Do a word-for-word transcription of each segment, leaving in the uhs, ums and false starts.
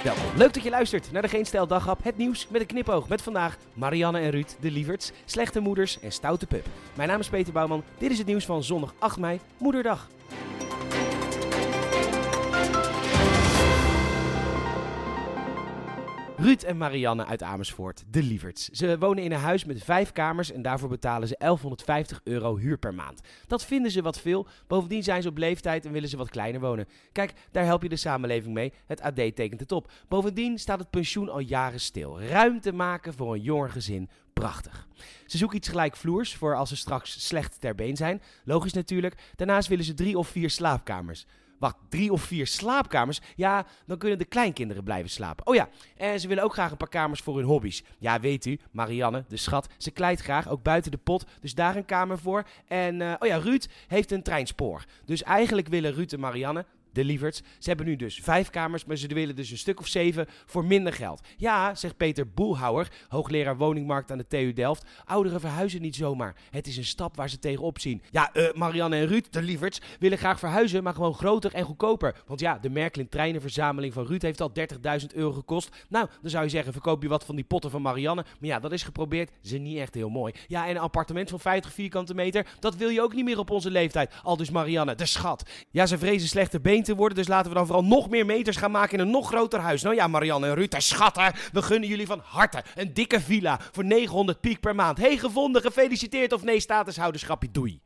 Welkom, leuk dat je luistert naar de Geen Stijl Daghap, het nieuws met een knipoog. Met vandaag Marianne en Ruud, de lieverds, slechte moeders en stoute pup. Mijn naam is Peter Bouwman, dit is het nieuws van zondag acht mei, Moederdag. Ruud en Marianne uit Amersfoort, de lieverds. Ze wonen in een huis met vijf kamers en daarvoor betalen ze elfhonderdvijftig euro huur per maand. Dat vinden ze wat veel, bovendien zijn ze op leeftijd en willen ze wat kleiner wonen. Kijk, daar help je de samenleving mee, het A D tekent het op. Bovendien staat het pensioen al jaren stil. Ruimte maken voor een jonger gezin, prachtig. Ze zoeken iets gelijkvloers voor als ze straks slecht ter been zijn. Logisch natuurlijk, daarnaast willen ze drie of vier slaapkamers. Wacht, drie of vier slaapkamers? Ja, dan kunnen de kleinkinderen blijven slapen. Oh ja, en ze willen ook graag een paar kamers voor hun hobby's. Ja, weet u, Marianne, de schat, ze kleit graag, ook buiten de pot. Dus daar een kamer voor. En, uh, oh ja, Ruud heeft een treinspoor. Dus eigenlijk willen Ruud en Marianne, de lieverds, ze hebben nu dus vijf kamers, maar ze willen dus een stuk of zeven voor minder geld. Ja, zegt Peter Boelhouwer, hoogleraar woningmarkt aan de T U Delft. Ouderen verhuizen niet zomaar. Het is een stap waar ze tegenop zien. Ja, uh, Marianne en Ruud, de lieverds, willen graag verhuizen, maar gewoon groter en goedkoper. Want ja, de Merklin treinenverzameling van Ruud heeft al dertigduizend euro gekost. Nou, dan zou je zeggen, verkoop je wat van die potten van Marianne. Maar ja, dat is geprobeerd. Ze niet echt heel mooi. Ja, en een appartement van vijftig vierkante meter, dat wil je ook niet meer op onze leeftijd. Al dus Marianne, de schat. Ja, ze vrezen slechter been te worden, dus laten we dan vooral nog meer meters gaan maken in een nog groter huis. Nou ja, Marianne en Ruud, schatten, we gunnen jullie van harte een dikke villa voor negenhonderd piek per maand. Hey, gevonden, gefeliciteerd of nee, statushouderschapje, doei.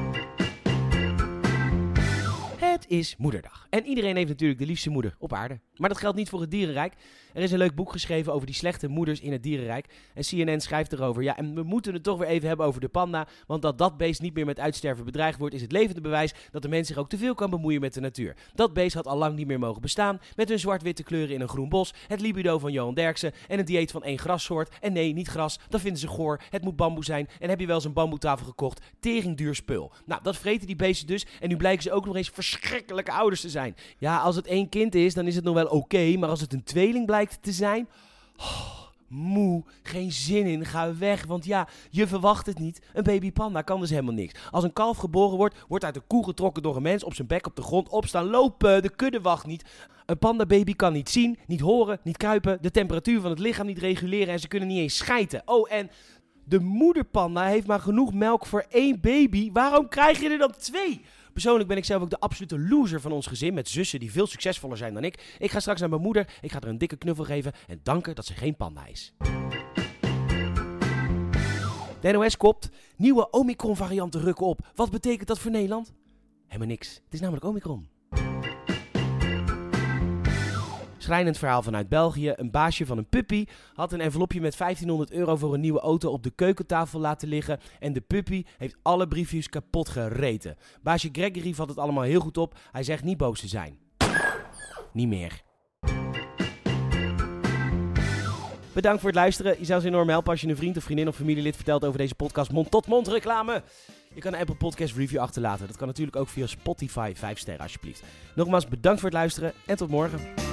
Het is Moederdag. En iedereen heeft natuurlijk de liefste moeder op aarde. Maar dat geldt niet voor het dierenrijk. Er is een leuk boek geschreven over die slechte moeders in het dierenrijk. En C N N schrijft erover. Ja, en we moeten het toch weer even hebben over de panda. Want dat dat beest niet meer met uitsterven bedreigd wordt, is het levende bewijs dat de mens zich ook te veel kan bemoeien met de natuur. Dat beest had al lang niet meer mogen bestaan. Met hun zwart-witte kleuren in een groen bos. Het libido van Johan Derksen. En een dieet van één grassoort. En nee, niet gras. Dat vinden ze goor. Het moet bamboe zijn. En heb je wel eens een bamboetafel gekocht? Tering duur spul. Nou, dat vreten die beesten dus. En nu blijken ze ook nog eens verschrikkelijke ouders te zijn. Ja, als het één kind is, dan is het nog wel oké. Okay, maar als het een tweeling blijkt te zijn... Oh, moe, geen zin in, ga weg. Want ja, je verwacht het niet. Een baby panda kan dus helemaal niks. Als een kalf geboren wordt, wordt uit een koe getrokken door een mens, op zijn bek op de grond, opstaan, lopen. De kudde wacht niet. Een pandababy kan niet zien, niet horen, niet kruipen, de temperatuur van het lichaam niet reguleren en ze kunnen niet eens schijten. Oh, en de moederpanda heeft maar genoeg melk voor één baby. Waarom krijg je er dan twee? Persoonlijk ben ik zelf ook de absolute loser van ons gezin, met zussen die veel succesvoller zijn dan ik. Ik ga straks naar mijn moeder, ik ga haar een dikke knuffel geven en danken dat ze geen panda is. De N O S kopt, nieuwe Omicron-varianten rukken op. Wat betekent dat voor Nederland? Helemaal niks. Het is namelijk Omicron. Schrijnend verhaal vanuit België. Een baasje van een puppy had een envelopje met vijftienhonderd euro voor een nieuwe auto op de keukentafel laten liggen. En de puppy heeft alle briefjes kapot gereten. Baasje Gregory vat het allemaal heel goed op. Hij zegt niet boos te zijn. Niet meer. Bedankt voor het luisteren. Je zou ons enorm helpen als je een vriend of vriendin of familielid vertelt over deze podcast. Mond-tot-mond reclame. Je kan een Apple Podcast review achterlaten. Dat kan natuurlijk ook via Spotify. vijf sterren alsjeblieft. Nogmaals bedankt voor het luisteren en tot morgen.